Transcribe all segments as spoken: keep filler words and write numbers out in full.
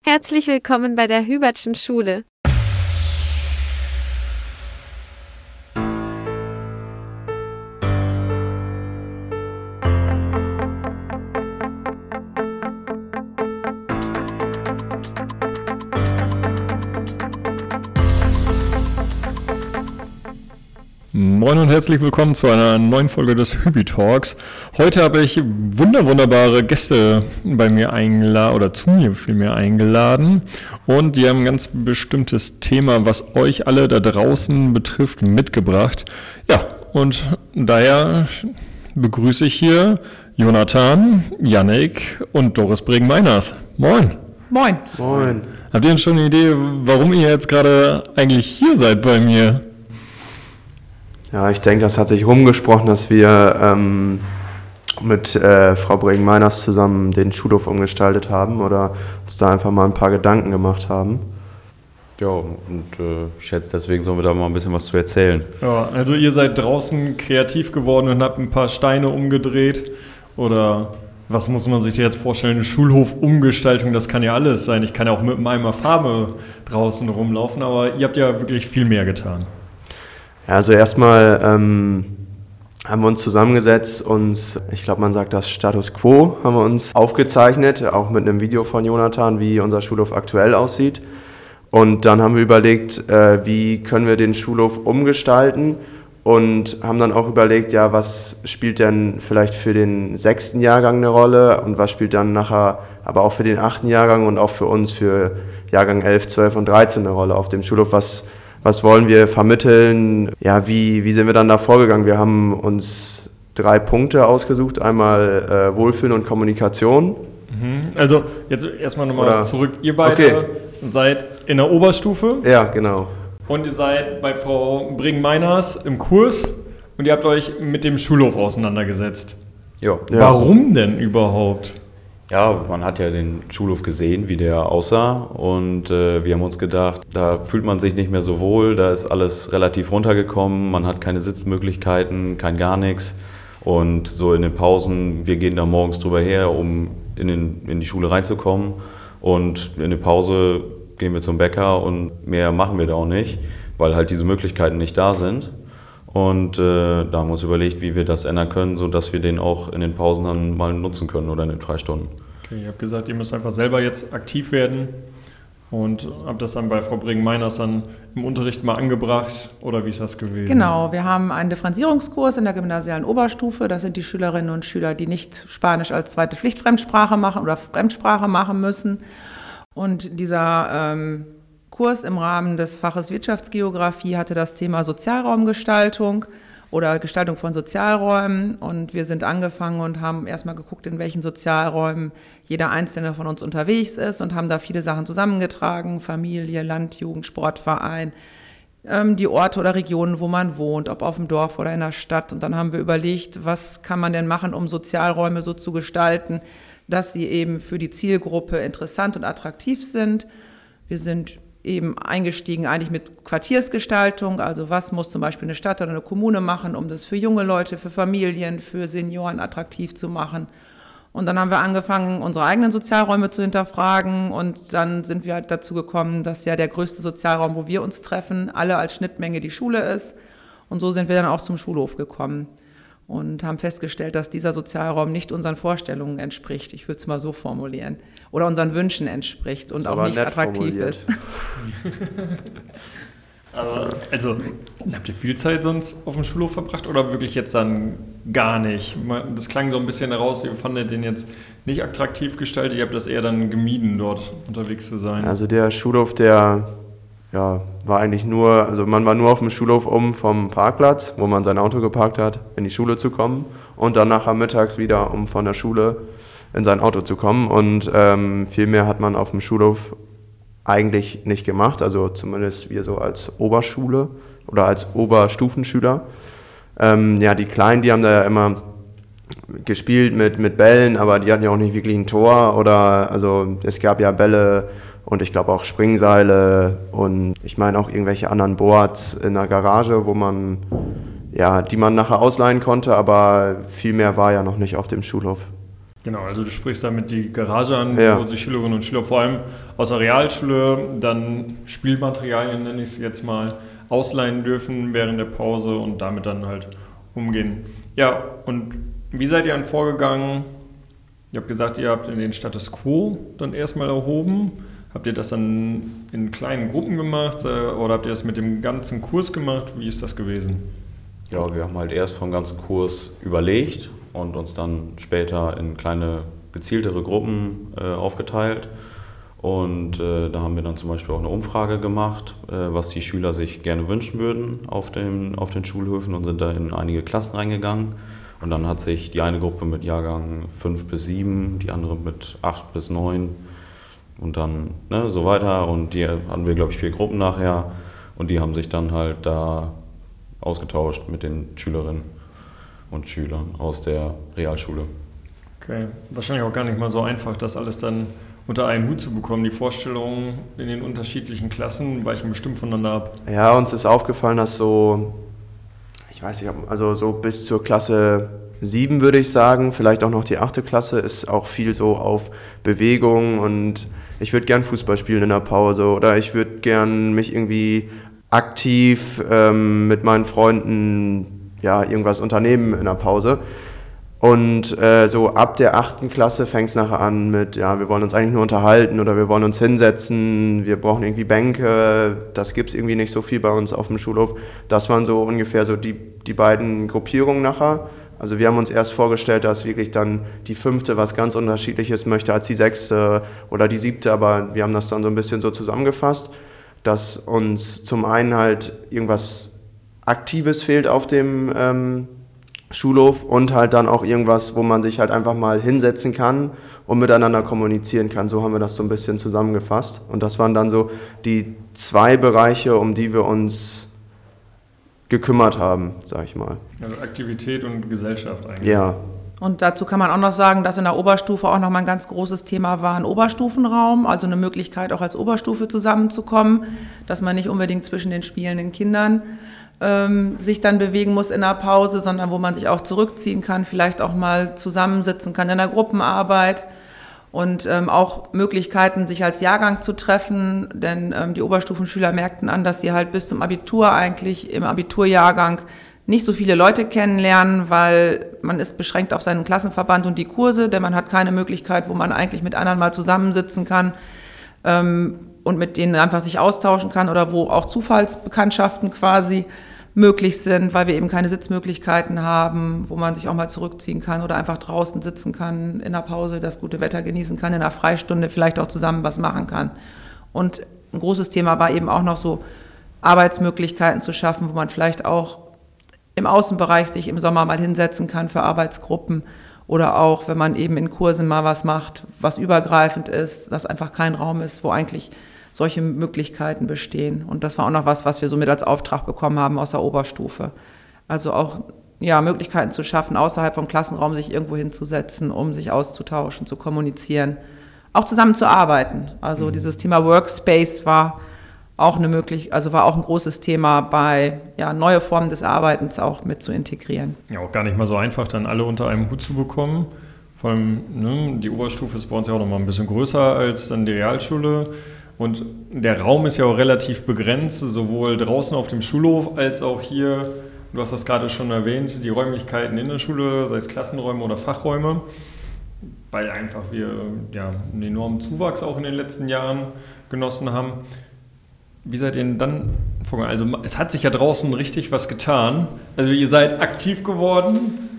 Herzlich willkommen bei der Hübertschen Schule. Moin und herzlich willkommen zu einer neuen Folge des Hübi Talks. Heute habe ich wunder wunderbare Gäste bei mir eingeladen oder zu mir vielmehr eingeladen und die haben ein ganz bestimmtes Thema, was euch alle da draußen betrifft, mitgebracht. Ja, und daher begrüße ich hier Jonathan, Yannick und Doris Bregen-Meiners. Moin. Moin. Moin. Habt ihr denn schon eine Idee, warum ihr jetzt gerade eigentlich hier seid bei mir? Ja, ich denke, das hat sich rumgesprochen, dass wir ähm, mit äh, Frau Bregen-Meiners zusammen den Schulhof umgestaltet haben oder uns da einfach mal ein paar Gedanken gemacht haben. Ja, und äh, ich schätze, deswegen sollen wir da mal ein bisschen was zu erzählen. Ja, also ihr seid draußen kreativ geworden und habt ein paar Steine umgedreht oder was muss man sich jetzt vorstellen? Eine Schulhofumgestaltung, das kann ja alles sein. Ich kann ja auch mit einem Eimer Farbe draußen rumlaufen, aber ihr habt ja wirklich viel mehr getan. Ja, also erstmal ähm, haben wir uns zusammengesetzt und ich glaube, man sagt das Status Quo, haben wir uns aufgezeichnet, auch mit einem Video von Jonathan, wie unser Schulhof aktuell aussieht. Und dann haben wir überlegt, äh, wie können wir den Schulhof umgestalten und haben dann auch überlegt, ja, was spielt denn vielleicht für den sechsten Jahrgang eine Rolle und was spielt dann nachher aber auch für den achten Jahrgang und auch für uns für Jahrgang elf, zwölf und dreizehn eine Rolle auf dem Schulhof, was Was wollen wir vermitteln? Ja, wie, wie sind wir dann da vorgegangen? Wir haben uns drei Punkte ausgesucht. Einmal äh, Wohlfühlen und Kommunikation. Mhm. Also jetzt erstmal nochmal Oder, zurück. Ihr beide okay. seid in der Oberstufe. Ja, genau. Und ihr seid bei Frau Bregen-Meiners im Kurs und ihr habt euch mit dem Schulhof auseinandergesetzt. Ja. Ja. Warum denn überhaupt? Ja, man hat ja den Schulhof gesehen, wie der aussah und äh, wir haben uns gedacht, da fühlt man sich nicht mehr so wohl, da ist alles relativ runtergekommen, man hat keine Sitzmöglichkeiten, kein gar nichts und so in den Pausen, wir gehen da morgens drüber her, um in, den, in die Schule reinzukommen und in der Pause gehen wir zum Bäcker und mehr machen wir da auch nicht, weil halt diese Möglichkeiten nicht da sind. Und äh, da haben wir uns überlegt, wie wir das ändern können, sodass wir den auch in den Pausen dann mal nutzen können oder in den Freistunden. Okay, ihr habt gesagt, ihr müsst einfach selber jetzt aktiv werden und habt das dann bei Frau Bregen-Meiners dann im Unterricht mal angebracht oder wie ist das gewesen? Genau, wir haben einen Differenzierungskurs in der gymnasialen Oberstufe. Das sind die Schülerinnen und Schüler, die nicht Spanisch als zweite Pflichtfremdsprache machen oder Fremdsprache machen müssen. Und dieser ähm, Kurs im Rahmen des Faches Wirtschaftsgeografie hatte das Thema Sozialraumgestaltung oder Gestaltung von Sozialräumen und wir sind angefangen und haben erstmal geguckt, in welchen Sozialräumen jeder Einzelne von uns unterwegs ist und haben da viele Sachen zusammengetragen, Familie, Land, Jugend, Sportverein, ähm, die Orte oder Regionen, wo man wohnt, ob auf dem Dorf oder in der Stadt und dann haben wir überlegt, was kann man denn machen, um Sozialräume so zu gestalten, dass sie eben für die Zielgruppe interessant und attraktiv sind. Wir sind eben eingestiegen eigentlich mit Quartiersgestaltung, also was muss zum Beispiel eine Stadt oder eine Kommune machen, um das für junge Leute, für Familien, für Senioren attraktiv zu machen. Und dann haben wir angefangen, unsere eigenen Sozialräume zu hinterfragen und dann sind wir halt dazu gekommen, dass ja der größte Sozialraum, wo wir uns treffen, alle als Schnittmenge die Schule ist. Und so sind wir dann auch zum Schulhof gekommen und haben festgestellt, dass dieser Sozialraum nicht unseren Vorstellungen entspricht. Ich würde es mal so formulieren. Oder unseren Wünschen entspricht und auch nicht attraktiv formuliert. Ist. Aber, also, habt ihr viel Zeit sonst auf dem Schulhof verbracht oder wirklich jetzt dann gar nicht? Das klang so ein bisschen heraus, ihr fandet den jetzt nicht attraktiv gestaltet, ihr habt das eher dann gemieden, dort unterwegs zu sein. Also der Schulhof, der ja, war eigentlich nur, also man war nur auf dem Schulhof um vom Parkplatz, wo man sein Auto geparkt hat, in die Schule zu kommen und dann nachher mittags wieder, um von der Schule in sein Auto zu kommen und ähm, viel mehr hat man auf dem Schulhof eigentlich nicht gemacht, also zumindest wir so als Oberschule oder als Oberstufenschüler. Ähm, ja, die Kleinen, die haben da ja immer gespielt mit, mit Bällen, aber die hatten ja auch nicht wirklich ein Tor oder, also es gab ja Bälle und ich glaube auch Springseile und ich meine auch irgendwelche anderen Boards in der Garage, wo man, ja, die man nachher ausleihen konnte, aber viel mehr war ja noch nicht auf dem Schulhof. Genau, also du sprichst damit die Garage an, ja. wo sich Schülerinnen und Schüler vor allem aus der Realschule dann Spielmaterialien, nenne ich es jetzt mal, ausleihen dürfen während der Pause und damit dann halt umgehen. Ja, und wie seid ihr dann vorgegangen? Ihr habt gesagt, ihr habt den Status Quo dann erstmal erhoben. Habt ihr das dann in kleinen Gruppen gemacht oder habt ihr das mit dem ganzen Kurs gemacht? Wie ist das gewesen? Ja, wir haben halt erst vom ganzen Kurs überlegt und uns dann später in kleine, gezieltere Gruppen äh, aufgeteilt. Und äh, da haben wir dann zum Beispiel auch eine Umfrage gemacht, äh, was die Schüler sich gerne wünschen würden auf den, auf den Schulhöfen und sind da in einige Klassen reingegangen. Und dann hat sich die eine Gruppe mit Jahrgang fünf bis sieben, die andere mit acht bis neun und dann ne, so weiter. Und die hatten wir, glaube ich, vier Gruppen nachher und die haben sich dann halt da ausgetauscht mit den Schülerinnen und Schülern aus der Realschule. Okay, wahrscheinlich auch gar nicht mal so einfach, das alles dann unter einen Hut zu bekommen. Die Vorstellungen in den unterschiedlichen Klassen weichen bestimmt voneinander ab. Ja, uns ist aufgefallen, dass so, ich weiß nicht, also so bis zur Klasse sieben würde ich sagen, vielleicht auch noch die achte Klasse, ist auch viel so auf Bewegung und ich würde gern Fußball spielen in der Pause oder ich würde gern mich irgendwie aktiv ähm, mit meinen Freunden ja, irgendwas unternehmen in der Pause. Und äh, so ab der achten Klasse fängt es nachher an mit, ja, wir wollen uns eigentlich nur unterhalten oder wir wollen uns hinsetzen, wir brauchen irgendwie Bänke, das gibt es irgendwie nicht so viel bei uns auf dem Schulhof. Das waren so ungefähr so die, die beiden Gruppierungen nachher. Also wir haben uns erst vorgestellt, dass wirklich dann die fünfte was ganz Unterschiedliches möchte als die sechste oder die siebte, aber wir haben das dann so ein bisschen so zusammengefasst, dass uns zum einen halt irgendwas Aktives fehlt auf dem ähm, Schulhof und halt dann auch irgendwas, wo man sich halt einfach mal hinsetzen kann und miteinander kommunizieren kann. So haben wir das so ein bisschen zusammengefasst. Und das waren dann so die zwei Bereiche, um die wir uns gekümmert haben, sag ich mal. Also Aktivität und Gesellschaft eigentlich. Ja. Und dazu kann man auch noch sagen, dass in der Oberstufe auch noch mal ein ganz großes Thema war, ein Oberstufenraum, also eine Möglichkeit auch als Oberstufe zusammenzukommen, dass man nicht unbedingt zwischen den spielenden Kindern ähm, sich dann bewegen muss in der Pause, sondern wo man sich auch zurückziehen kann, vielleicht auch mal zusammensitzen kann in der Gruppenarbeit und ähm, auch Möglichkeiten, sich als Jahrgang zu treffen, denn ähm, die Oberstufenschüler merkten an, dass sie halt bis zum Abitur eigentlich im Abiturjahrgang nicht so viele Leute kennenlernen, weil man ist beschränkt auf seinen Klassenverband und die Kurse, denn man hat keine Möglichkeit, wo man eigentlich mit anderen mal zusammensitzen kann ähm, und mit denen einfach sich austauschen kann oder wo auch Zufallsbekanntschaften quasi möglich sind, weil wir eben keine Sitzmöglichkeiten haben, wo man sich auch mal zurückziehen kann oder einfach draußen sitzen kann, in der Pause das gute Wetter genießen kann, in der Freistunde vielleicht auch zusammen was machen kann. Und ein großes Thema war eben auch noch so Arbeitsmöglichkeiten zu schaffen, wo man vielleicht auch im Außenbereich sich im Sommer mal hinsetzen kann für Arbeitsgruppen oder auch, wenn man eben in Kursen mal was macht, was übergreifend ist, dass einfach kein Raum ist, wo eigentlich solche Möglichkeiten bestehen. Und das war auch noch was, was wir so mit als Auftrag bekommen haben aus der Oberstufe. Also auch ja, Möglichkeiten zu schaffen, außerhalb vom Klassenraum sich irgendwo hinzusetzen, um sich auszutauschen, zu kommunizieren, auch zusammen zu arbeiten. Also mhm. dieses Thema Workspace war auch eine möglich, also war auch ein großes Thema bei ja, neue Formen des Arbeitens auch mit zu integrieren. Ja, auch gar nicht mal so einfach, dann alle unter einem Hut zu bekommen. Vor allem, ne, die Oberstufe ist bei uns ja auch noch mal ein bisschen größer als dann die Realschule. Und der Raum ist ja auch relativ begrenzt, sowohl draußen auf dem Schulhof als auch hier, du hast das gerade schon erwähnt, die Räumlichkeiten in der Schule, sei es Klassenräume oder Fachräume, weil einfach wir ja, einen enormen Zuwachs auch in den letzten Jahren genossen haben. Wie seid ihr denn dann vorgegangen? Also es hat sich ja draußen richtig was getan. Also ihr seid aktiv geworden.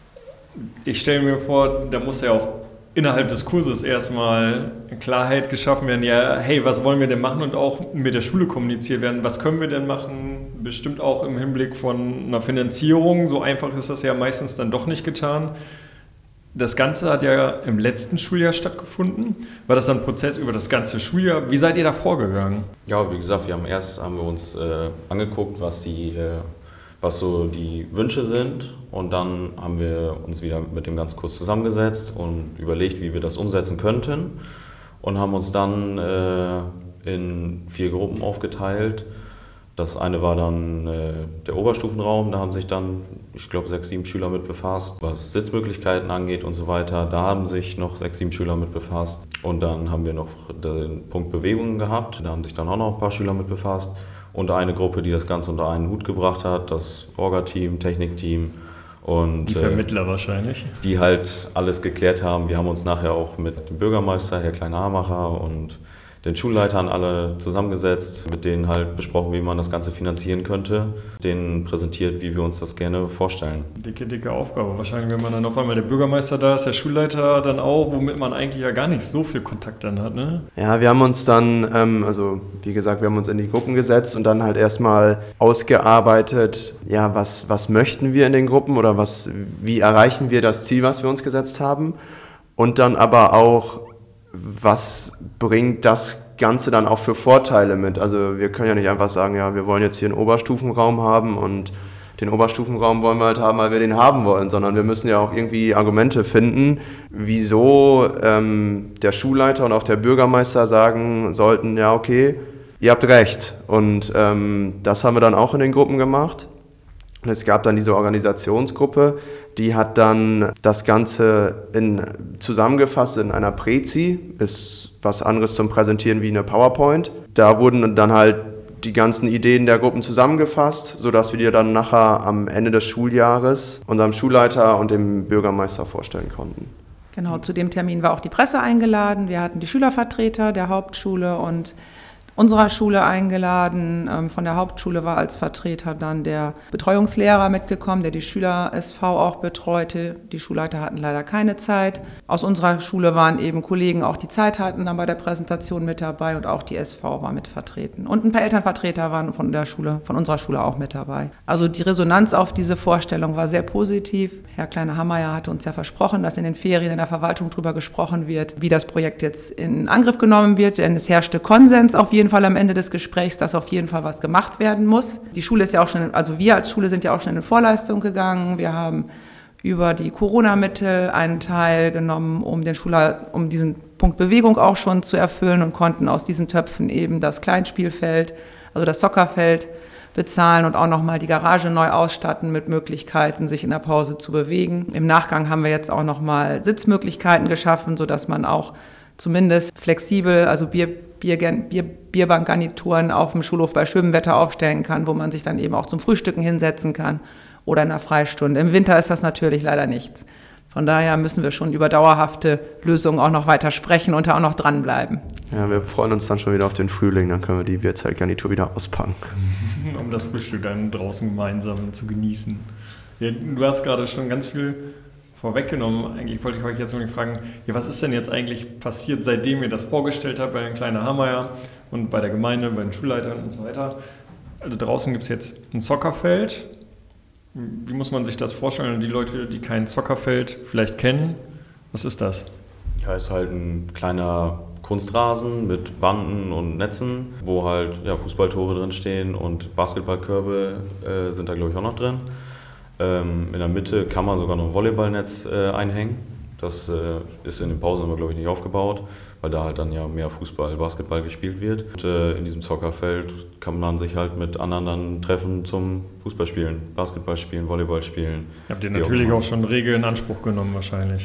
Ich stelle mir vor, da muss ja auch innerhalb des Kurses erstmal Klarheit geschaffen werden. Ja, hey, was wollen wir denn machen? Und auch mit der Schule kommuniziert werden. Was können wir denn machen? Bestimmt auch im Hinblick von einer Finanzierung. So einfach ist das ja meistens dann doch nicht getan. Das Ganze hat ja im letzten Schuljahr stattgefunden. War das dann ein Prozess über das ganze Schuljahr? Wie seid ihr da vorgegangen? Ja, wie gesagt, wir haben erst haben wir uns äh, angeguckt, was die, äh, was so die Wünsche sind, und dann haben wir uns wieder mit dem ganzen Kurs zusammengesetzt und überlegt, wie wir das umsetzen könnten, und haben uns dann äh, in vier Gruppen aufgeteilt. Das eine war dann äh, der Oberstufenraum, da haben sich dann, ich glaube, sechs, sieben Schüler mit befasst. Was Sitzmöglichkeiten angeht und so weiter, da haben sich noch sechs, sieben Schüler mit befasst. Und dann haben wir noch den Punkt Bewegungen gehabt, da haben sich dann auch noch ein paar Schüler mit befasst. Und eine Gruppe, die das Ganze unter einen Hut gebracht hat, das Orga-Team, Technikteam. Und, die Vermittler äh, wahrscheinlich. Die halt alles geklärt haben. Wir haben uns nachher auch mit dem Bürgermeister, Herr Klein-Hamacher, und den Schulleitern alle zusammengesetzt, mit denen halt besprochen, wie man das Ganze finanzieren könnte, denen präsentiert, wie wir uns das gerne vorstellen. Dicke, dicke Aufgabe. Wahrscheinlich, wenn man dann auf einmal der Bürgermeister da ist, der Schulleiter dann auch, womit man eigentlich ja gar nicht so viel Kontakt dann hat, ne? Ja, wir haben uns dann, ähm, also wie gesagt, wir haben uns in die Gruppen gesetzt und dann halt erstmal ausgearbeitet, ja, was, was möchten wir in den Gruppen oder was, wie erreichen wir das Ziel, was wir uns gesetzt haben, und dann aber auch, was bringt das Ganze dann auch für Vorteile mit? Also wir können ja nicht einfach sagen, ja, wir wollen jetzt hier einen Oberstufenraum haben und den Oberstufenraum wollen wir halt haben, weil wir den haben wollen, sondern wir müssen ja auch irgendwie Argumente finden, wieso ähm, der Schulleiter und auch der Bürgermeister sagen sollten, ja okay, ihr habt recht. Und ähm, das haben wir dann auch in den Gruppen gemacht. Und es gab dann diese Organisationsgruppe, die hat dann das Ganze in, zusammengefasst in einer Prezi, ist was anderes zum Präsentieren wie eine PowerPoint. Da wurden dann halt die ganzen Ideen der Gruppen zusammengefasst, sodass wir die dann nachher am Ende des Schuljahres unserem Schulleiter und dem Bürgermeister vorstellen konnten. Genau, zu dem Termin war auch die Presse eingeladen. Wir hatten die Schülervertreter der Hauptschule und unserer Schule eingeladen. Von der Hauptschule war als Vertreter dann der Betreuungslehrer mitgekommen, der die Schüler-S V auch betreute. Die Schulleiter hatten leider keine Zeit. Aus unserer Schule waren eben Kollegen, auch die Zeit hatten, dann bei der Präsentation mit dabei, und auch die S V war mit vertreten. Und ein paar Elternvertreter waren von der Schule, von unserer Schule auch mit dabei. Also die Resonanz auf diese Vorstellung war sehr positiv. Herr Kleine-Hammeyer hatte uns ja versprochen, dass in den Ferien in der Verwaltung darüber gesprochen wird, wie das Projekt jetzt in Angriff genommen wird, denn es herrschte Konsens auf jeden Fall am Ende des Gesprächs, dass auf jeden Fall was gemacht werden muss. Die Schule ist ja auch schon, also wir als Schule sind ja auch schon in Vorleistung gegangen. Wir haben über die Corona-Mittel einen Teil genommen, um den Schüler, um diesen Punkt Bewegung auch schon zu erfüllen, und konnten aus diesen Töpfen eben das Kleinspielfeld, also das Soccerfeld, bezahlen und auch nochmal die Garage neu ausstatten mit Möglichkeiten, sich in der Pause zu bewegen. Im Nachgang haben wir jetzt auch nochmal Sitzmöglichkeiten geschaffen, sodass man auch zumindest flexibel, also Bier, Bier, Bier, Bierbankgarnituren auf dem Schulhof bei schönem Wetter aufstellen kann, wo man sich dann eben auch zum Frühstücken hinsetzen kann oder in einer Freistunde. Im Winter ist das natürlich leider nichts. Von daher müssen wir schon über dauerhafte Lösungen auch noch weiter sprechen und da auch noch dranbleiben. Ja, wir freuen uns dann schon wieder auf den Frühling, dann können wir die Bierzeltgarnitur wieder auspacken. Um das Frühstück dann draußen gemeinsam zu genießen. Ja, du hast gerade schon ganz viel vorweggenommen. Eigentlich wollte ich euch jetzt noch nicht fragen, ja, was ist denn jetzt eigentlich passiert, seitdem ihr das vorgestellt habt bei Herrn Kleine-Hammeyer und bei der Gemeinde, bei den Schulleitern und so weiter. Also draußen gibt es jetzt ein Soccerfeld. Wie muss man sich das vorstellen? Die Leute, die kein Soccerfeld vielleicht kennen, was ist das? Ja, ist halt ein kleiner Kunstrasen mit Banden und Netzen, wo halt ja, Fußballtore drin stehen, und Basketballkörbe äh, sind da, glaube ich, auch noch drin. Ähm, in der Mitte kann man sogar noch ein Volleyballnetz äh, einhängen. Das äh, ist in den Pausen aber, glaube ich, nicht aufgebaut, weil da halt dann ja mehr Fußball, Basketball gespielt wird. Und, äh, in diesem Soccerfeld kann man sich halt mit anderen dann treffen zum Fußballspielen, Basketballspielen, Volleyballspielen. Habt ihr natürlich auch, auch schon Regeln in Anspruch genommen wahrscheinlich.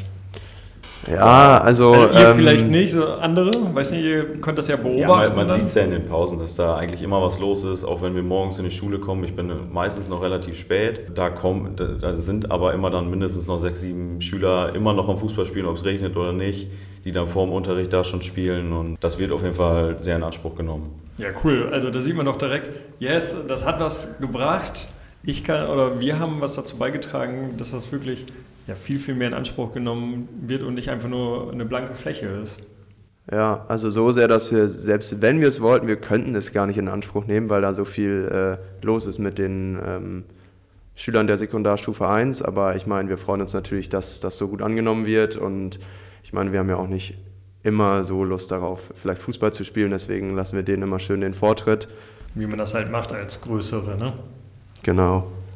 Ja, also... also ihr ähm, vielleicht nicht, so andere, weiß nicht, ihr könnt das ja beobachten. Ja, man man sieht es ja in den Pausen, dass da eigentlich immer was los ist, auch wenn wir morgens in die Schule kommen. Ich bin meistens noch relativ spät. Da, kommen, da, da sind aber immer dann mindestens noch sechs, sieben Schüler immer noch am Fußball spielen, ob es regnet oder nicht, die dann vor dem Unterricht da schon spielen, und das wird auf jeden Fall sehr in Anspruch genommen. Ja, cool. Also da sieht man doch direkt, yes, das hat was gebracht. Ich kann, oder wir haben was dazu beigetragen, dass das wirklich ja, viel, viel mehr in Anspruch genommen wird und nicht einfach nur eine blanke Fläche ist. Ja, also so sehr, dass wir, selbst wenn wir es wollten, wir könnten es gar nicht in Anspruch nehmen, weil da so viel äh, los ist mit den ähm, Schülern der Sekundarstufe eins. Aber ich meine, wir freuen uns natürlich, dass das so gut angenommen wird, und ich meine, wir haben ja auch nicht immer so Lust darauf, vielleicht Fußball zu spielen, deswegen lassen wir denen immer schön den Vortritt. Wie man das halt macht als Größere, ne? Genau.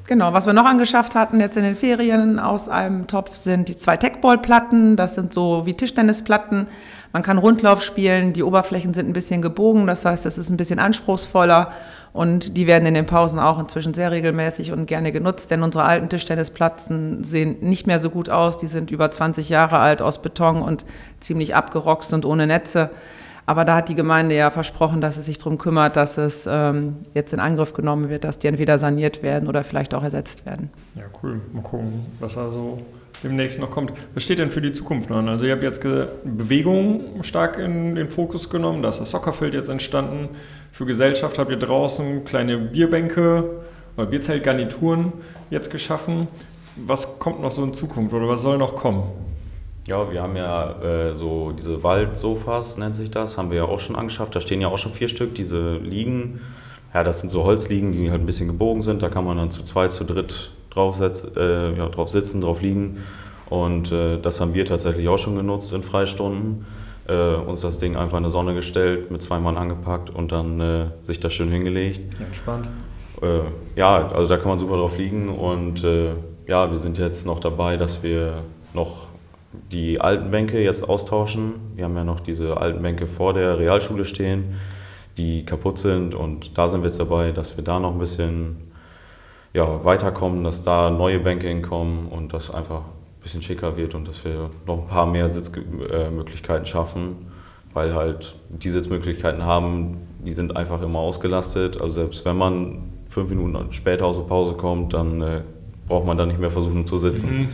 Genau, was wir noch angeschafft hatten jetzt in den Ferien aus einem Topf sind die zwei Techball-Platten. Das sind so wie Tischtennisplatten. Man kann Rundlauf spielen, die Oberflächen sind ein bisschen gebogen, das heißt, das ist ein bisschen anspruchsvoller und die werden in den Pausen auch inzwischen sehr regelmäßig und gerne genutzt, denn unsere alten Tischtennisplatten sehen nicht mehr so gut aus. Die sind über zwanzig Jahre alt aus Beton und ziemlich abgeroxt und ohne Netze. Aber da hat die Gemeinde ja versprochen, dass es sich darum kümmert, dass es ähm, jetzt in Angriff genommen wird, dass die entweder saniert werden oder vielleicht auch ersetzt werden. Ja, cool. Mal gucken, was da so demnächst noch kommt. Was steht denn für die Zukunft an? Also ihr habt jetzt Bewegung stark in den Fokus genommen, da ist das Soccerfeld jetzt entstanden. Für Gesellschaft habt ihr draußen kleine Bierbänke oder Bierzeltgarnituren jetzt geschaffen. Was kommt noch so in Zukunft oder was soll noch kommen? Ja, wir haben ja äh, so diese Waldsofas, nennt sich das, haben wir ja auch schon angeschafft. Da stehen ja auch schon vier Stück, diese Liegen. Ja, das sind so Holzliegen, die halt ein bisschen gebogen sind. Da kann man dann zu zweit, zu dritt drauf, setz, äh, ja, drauf sitzen, drauf liegen. Und äh, das haben wir tatsächlich auch schon genutzt in Freistunden. Äh, uns das Ding einfach in die Sonne gestellt, mit zwei Mann angepackt und dann äh, sich das schön hingelegt. Ja, entspannt. Äh, ja, also da kann man super drauf liegen. Und äh, ja, wir sind jetzt noch dabei, dass wir noch die alten Bänke jetzt austauschen. Wir haben ja noch diese alten Bänke vor der Realschule stehen, die kaputt sind und da sind wir jetzt dabei, dass wir da noch ein bisschen ja, weiterkommen, dass da neue Bänke hinkommen und das einfach ein bisschen schicker wird und dass wir noch ein paar mehr Sitzmöglichkeiten schaffen, weil halt die Sitzmöglichkeiten haben, die sind einfach immer ausgelastet. Also selbst wenn man fünf Minuten später aus der Pause kommt, dann äh, braucht man da nicht mehr versuchen zu sitzen. Mhm.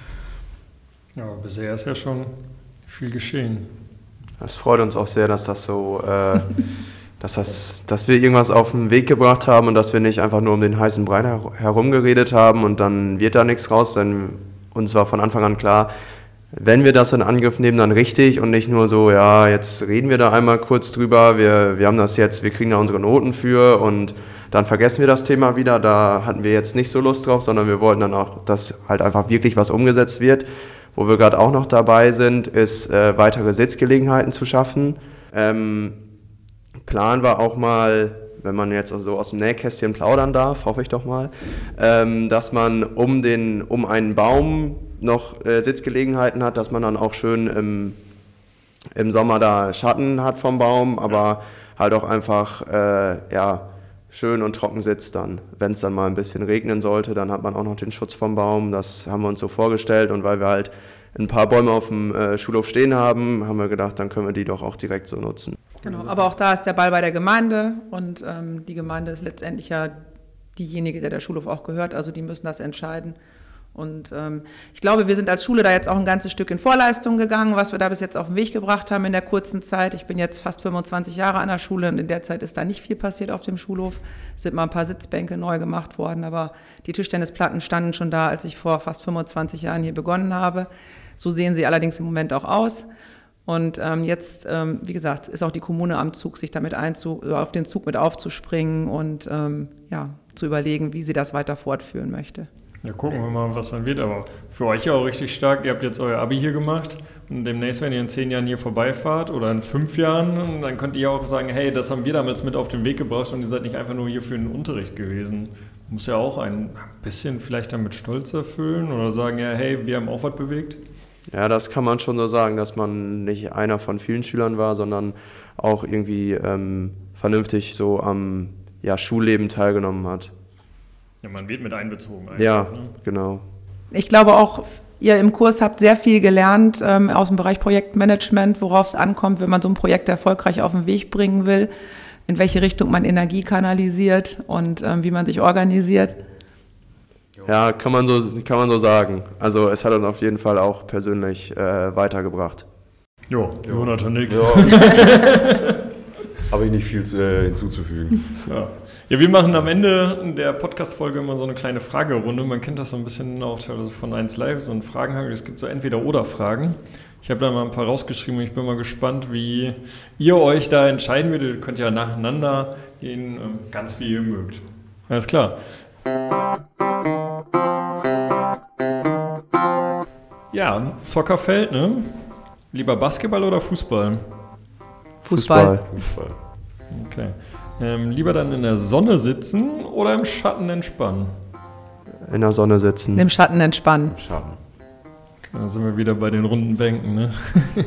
Ja, bisher ist ja schon viel geschehen. Es freut uns auch sehr, dass das so, äh, dass, das, dass wir irgendwas auf den Weg gebracht haben und dass wir nicht einfach nur um den heißen Brei her- herumgeredet haben und dann wird da nichts raus, denn uns war von Anfang an klar, wenn wir das in Angriff nehmen, dann richtig und nicht nur so, ja, jetzt reden wir da einmal kurz drüber, wir, wir haben das jetzt, wir kriegen da unsere Noten für und dann vergessen wir das Thema wieder, da hatten wir jetzt nicht so Lust drauf, sondern wir wollten dann auch, dass halt einfach wirklich was umgesetzt wird. Wo wir gerade auch noch dabei sind, ist äh, weitere Sitzgelegenheiten zu schaffen. Ähm, Plan war auch mal, wenn man jetzt also aus dem Nähkästchen plaudern darf, hoffe ich doch mal, ähm, dass man um, den, um einen Baum noch äh, Sitzgelegenheiten hat, dass man dann auch schön im, im Sommer da Schatten hat vom Baum, aber halt auch einfach äh, ja, schön und trocken sitzt dann. Wenn es dann mal ein bisschen regnen sollte, dann hat man auch noch den Schutz vom Baum. Das haben wir uns so vorgestellt und weil wir halt ein paar Bäume auf dem äh, Schulhof stehen haben, haben wir gedacht, dann können wir die doch auch direkt so nutzen. Genau, aber auch da ist der Ball bei der Gemeinde und ähm, die Gemeinde ist letztendlich ja diejenige, der der Schulhof auch gehört, also die müssen das entscheiden. Und ähm, ich glaube, wir sind als Schule da jetzt auch ein ganzes Stück in Vorleistung gegangen, was wir da bis jetzt auf den Weg gebracht haben in der kurzen Zeit. Ich bin jetzt fast fünfundzwanzig Jahre an der Schule und in der Zeit ist da nicht viel passiert auf dem Schulhof. Es sind mal ein paar Sitzbänke neu gemacht worden, aber die Tischtennisplatten standen schon da, als ich vor fast fünfundzwanzig Jahren hier begonnen habe. So sehen sie allerdings im Moment auch aus. Und ähm, jetzt, ähm, wie gesagt, ist auch die Kommune am Zug, sich damit einzu, auf den Zug mit aufzuspringen und ähm, ja, zu überlegen, wie sie das weiter fortführen möchte. Ja, gucken wir mal, was dann wird. Aber für euch ja auch richtig stark. Ihr habt jetzt euer Abi hier gemacht und demnächst, wenn ihr in zehn Jahren hier vorbeifahrt oder in fünf Jahren, dann könnt ihr auch sagen, hey, das haben wir damals mit auf den Weg gebracht und ihr seid nicht einfach nur hier für den Unterricht gewesen. Muss ja auch ein bisschen vielleicht damit Stolz erfüllen oder sagen, ja, hey, wir haben auch was bewegt. Ja, das kann man schon so sagen, dass man nicht einer von vielen Schülern war, sondern auch irgendwie ähm, vernünftig so am ja, Schulleben teilgenommen hat. Ja, man wird mit einbezogen eigentlich. Ja, ne? genau. Ich glaube auch, ihr im Kurs habt sehr viel gelernt ähm, aus dem Bereich Projektmanagement, worauf es ankommt, wenn man so ein Projekt erfolgreich auf den Weg bringen will, in welche Richtung man Energie kanalisiert und ähm, wie man sich organisiert. Ja, kann man so, kann man so sagen. Also es hat uns auf jeden Fall auch persönlich äh, weitergebracht. Jo, Jonathan nickt. Ja. Habe ich nicht viel zu, äh, hinzuzufügen. Ja. Ja, wir machen am Ende der Podcast-Folge immer so eine kleine Fragerunde. Man kennt das so ein bisschen auch teilweise von eins Live, so ein Fragenhagel. Es gibt so Entweder-Oder-Fragen. Ich habe da mal ein paar rausgeschrieben und ich bin mal gespannt, wie ihr euch da entscheiden würdet. Ihr könnt ja nacheinander gehen, ganz wie ihr mögt. Alles klar. Ja, Soccerfeld, ne? Lieber Basketball oder Fußball? Fußball. Fußball. Okay. Ähm, lieber dann in der Sonne sitzen oder im Schatten entspannen? in der Sonne sitzen. Im Schatten entspannen. Schatten. Da sind wir wieder bei den runden Bänken, ne?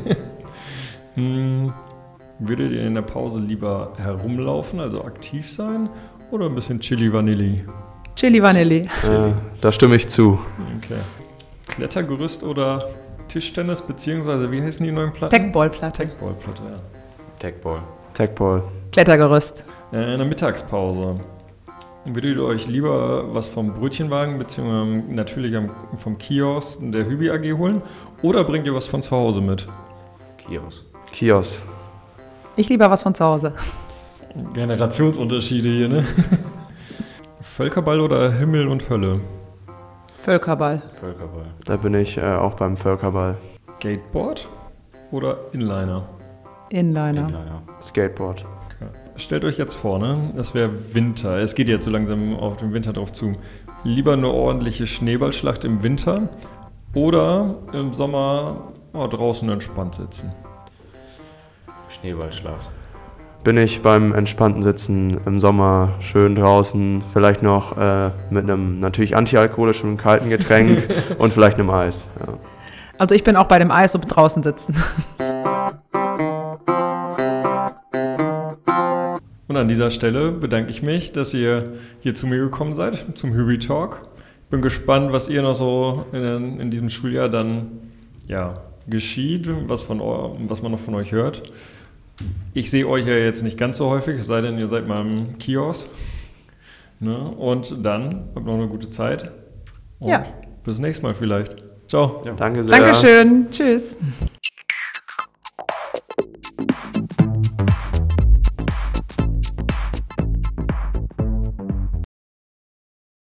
hm, würdet ihr in der Pause lieber herumlaufen, also aktiv sein, oder ein bisschen Chili Vanilli? Chili Vanilli. Äh, da stimme ich zu. Okay. Klettergerüst oder Tischtennis, beziehungsweise wie heißen die neuen Platten? Techballplatte. Techballplatte, ja. Tagball. Tagball. Klettergerüst. Äh, in der Mittagspause. Würdet ihr euch lieber was vom Brötchenwagen, beziehungsweise natürlich am, vom Kiosk der Hübi A G holen, oder bringt ihr was von zu Hause mit? Kiosk. Kiosk. Ich lieber was von zu Hause. Generationsunterschiede hier, ne? Völkerball oder Himmel und Hölle? Völkerball. Völkerball. Da bin ich äh, auch beim Völkerball. Skateboard oder Inliner? Inliner. Inliner. Skateboard. Okay. Stellt euch jetzt vor, ne? Es wäre Winter. Es geht jetzt so langsam auf den Winter drauf zu. Lieber eine ordentliche Schneeballschlacht im Winter oder im Sommer oh, draußen entspannt sitzen? Schneeballschlacht. Bin ich beim entspannten Sitzen im Sommer schön draußen, vielleicht noch äh, mit einem natürlich antialkoholischen kalten Getränk und vielleicht einem Eis. Ja. Also ich bin auch bei dem Eis und draußen sitzen. Und an dieser Stelle bedanke ich mich, dass ihr hier zu mir gekommen seid, zum Hübi Talk. Bin gespannt, was ihr noch so in, in diesem Schuljahr dann ja, geschieht, was, von, was man noch von euch hört. Ich sehe euch ja jetzt nicht ganz so häufig, es sei denn, ihr seid mal im Kiosk. Ne? Und dann habt noch eine gute Zeit. Und Ja. bis nächstes Mal vielleicht. Ciao. Ja. Danke sehr. Dankeschön. Tschüss.